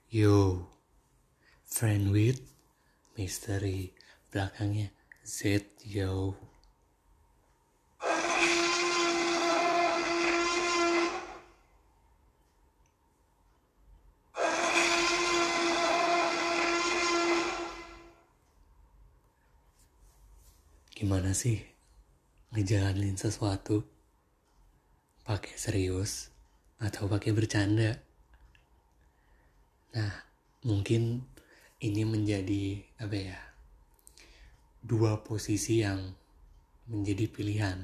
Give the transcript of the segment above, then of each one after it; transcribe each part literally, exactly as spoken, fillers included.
Yo, friend with mystery, belakangnya Z, yo. Gimana sih ngejalanin sesuatu pakai serius atau pakai bercanda? Nah, mungkin ini menjadi apa ya? Dua posisi yang menjadi pilihan.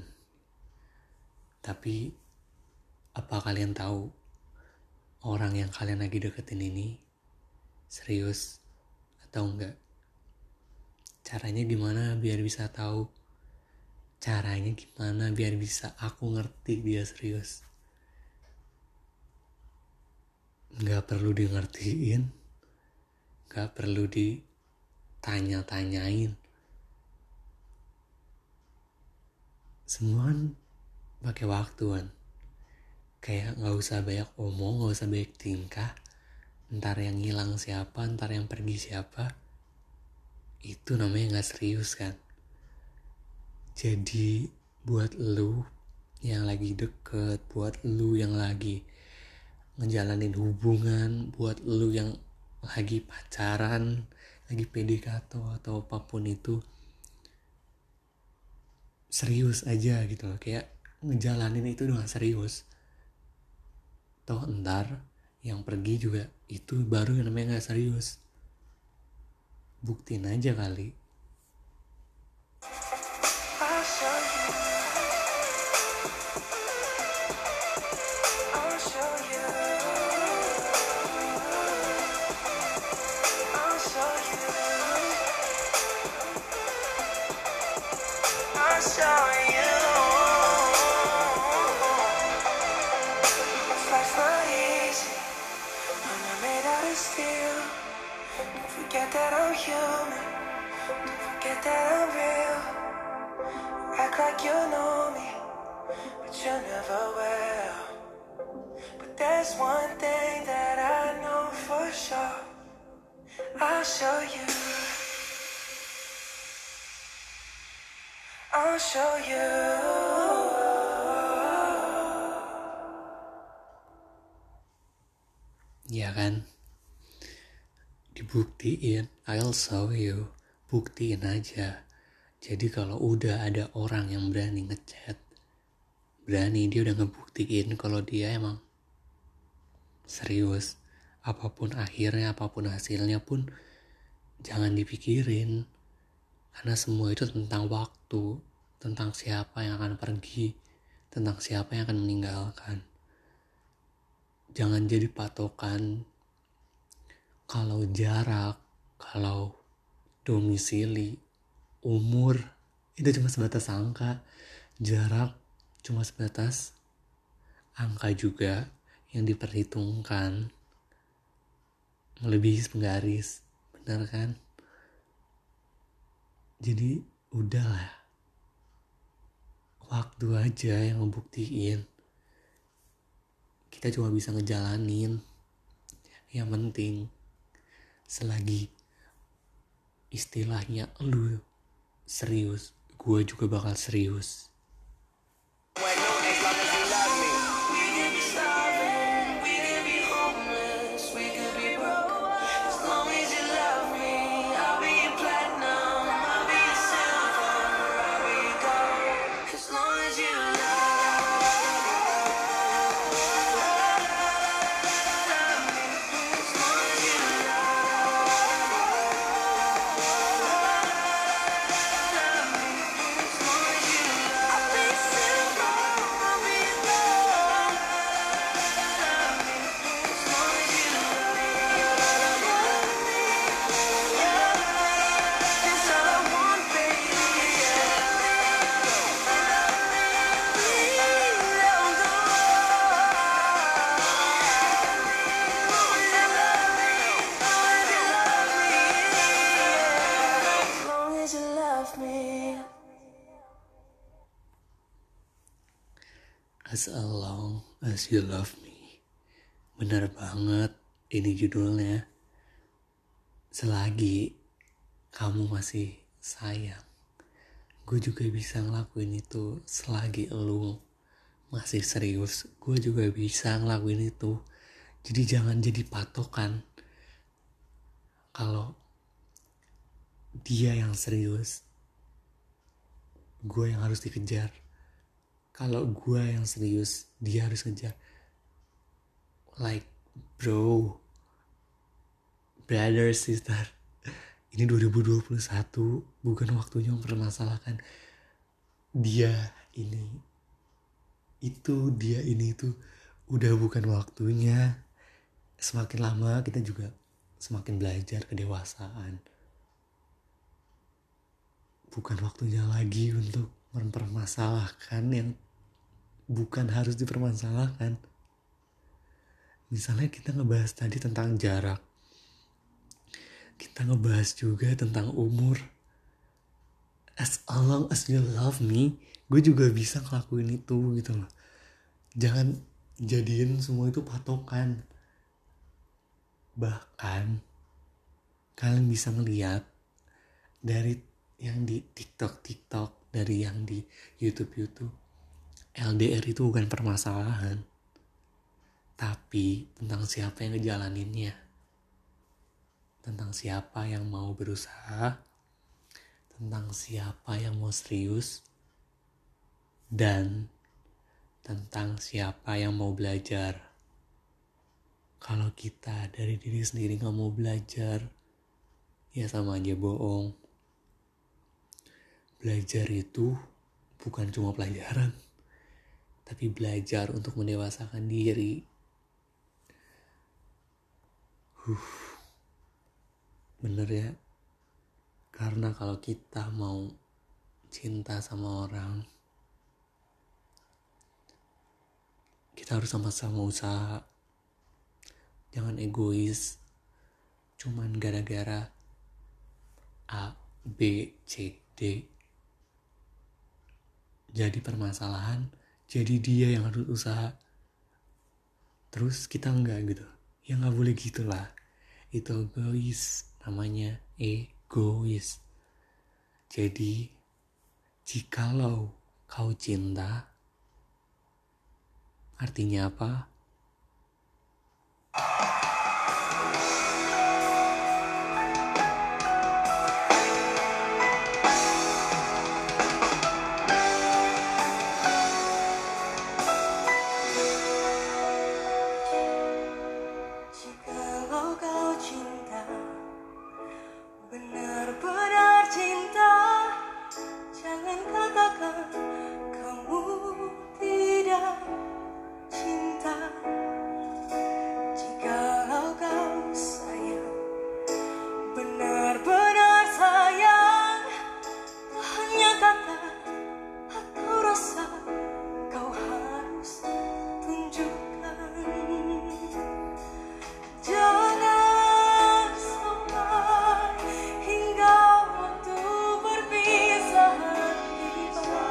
Tapi apa kalian tahu orang yang kalian lagi deketin ini serius atau enggak? Caranya gimana biar bisa tahu? Caranya gimana biar bisa aku ngerti dia serius? Gak perlu di ngertiin, gak perlu ditanya-tanyain. Semua kan pakai waktuan. Kayak gak usah banyak omong, gak usah banyak tingkah. Ntar yang hilang siapa, ntar yang pergi siapa. Itu namanya gak serius kan. Jadi buat lu yang lagi deket, buat lu yang lagi ngejalanin hubungan, buat lu yang lagi pacaran, lagi P D K T atau apapun itu, serius aja gitu loh. Kayak ngejalanin itu dengan serius. Toh ntar yang pergi juga itu baru yang namanya gak serius. Buktiin aja kali. Forget that I'm human, don't forget that I'm real. Act like you know me, but you never will. But there's one thing that I know for sure, I'll show you, I'll show you. Ya kan? Dibuktiin, I'll show you. Buktiin aja. Jadi kalau udah ada orang yang berani ngechat, berani, dia udah ngebuktiin kalau dia emang serius. Apapun akhirnya, apapun hasilnya pun jangan dipikirin. Karena semua itu tentang waktu, tentang siapa yang akan pergi, tentang siapa yang akan meninggalkan. Jangan jadi patokan kalau jarak, kalau domisili, umur, itu cuma sebatas angka. Jarak cuma sebatas angka juga yang diperhitungkan. Melebihi penggaris, benar kan? Jadi udahlah, waktu aja yang ngebuktiin. Kita cuma bisa ngejalanin. Yang penting selagi istilahnya lu serius, gue juga bakal serius. As long as you love me. Bener banget ini judulnya. selagi kamu masih sayang, gue juga bisa ngelakuin itu. Selagi lu masih serius, gue juga bisa ngelakuin itu. Jadi jangan jadi patokan kalau dia yang serius, gue yang harus dikejar. Kalau gue yang serius, dia harus ngejar. Like, bro, brother, sister, ini dua ribu dua puluh satu, bukan waktunya mempermasalahkan dia ini, itu, dia ini, itu. Udah bukan waktunya. Semakin lama kita juga semakin belajar kedewasaan. Bukan waktunya lagi untuk mempermasalahkan yang bukan harus dipermasalahkan. Misalnya kita ngebahas tadi tentang jarak, kita ngebahas juga tentang umur. As long as you love me, gue juga bisa ngelakuin itu gitu loh. Jangan jadiin semua itu patokan. Bahkan kalian bisa ngeliat dari yang di TikTok-TikTok, dari yang di YouTube-YouTube, L D R itu bukan permasalahan, tapi tentang siapa yang ngejalaninnya, tentang siapa yang mau berusaha, tentang siapa yang mau serius, dan tentang siapa yang mau belajar. Kalau kita dari diri sendiri gak mau belajar, ya sama aja bohong. Belajar itu bukan cuma pelajaran, tapi belajar untuk mendewasakan diri. Huh, bener ya? Karena kalau kita mau cinta sama orang, kita harus sama-sama usaha. Jangan egois, cuman gara-gara A, B, C, D jadi permasalahan, jadi dia yang harus usaha, terus kita enggak gitu. Ya gak boleh gitulah. Itu egois, namanya egois. Jadi jikalau kau cinta, artinya apa? Jikalau kau cinta, benar-benar cinta, jangan katakan kamu tidak cinta. Jikalau kau sayang, benar-benar sayang, tak hanya kata atau rasa kau harus tunjukkan. Jangan sampai hingga waktu perpisahan tiba,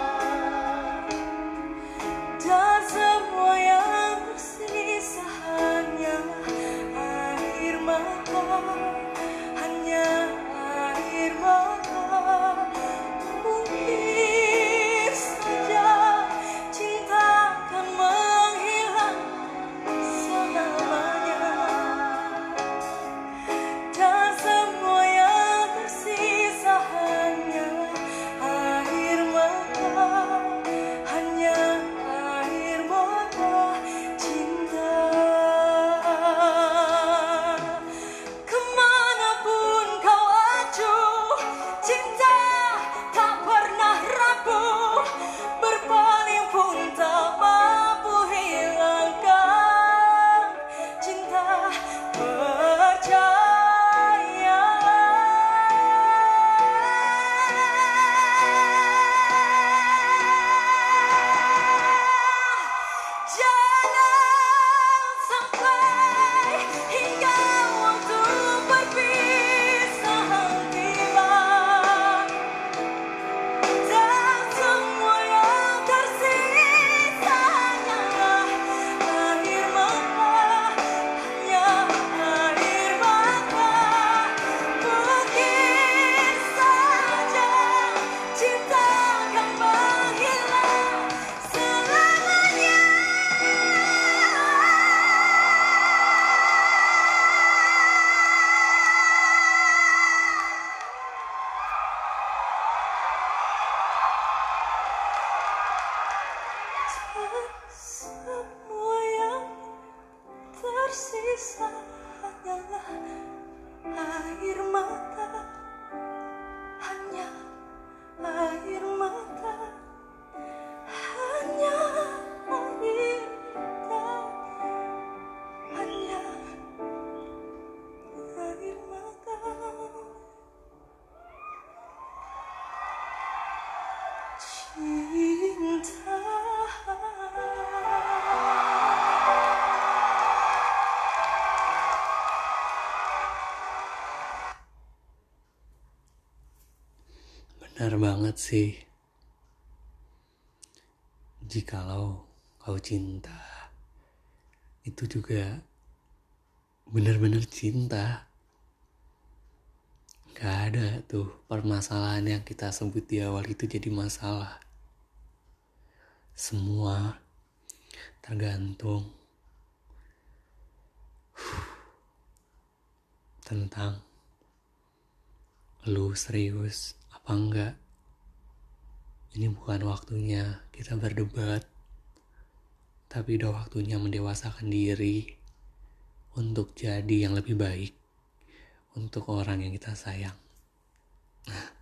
dan semua yang tersisa hanya air mata, hanya air mata. Mungkin saja cinta akan menghilang selamanya, dan semua yang tersisa hanya air mata, hanya air mata cinta. Kemana benar banget sih. Jikalau kau cinta, itu juga benar-benar cinta. Gak ada tuh permasalahan yang kita sebut di awal itu jadi masalah. Semua tergantung tentang lu serius apa enggak. Ini bukan waktunya kita berdebat, tapi udah waktunya mendewasakan diri untuk jadi yang lebih baik untuk orang yang kita sayang.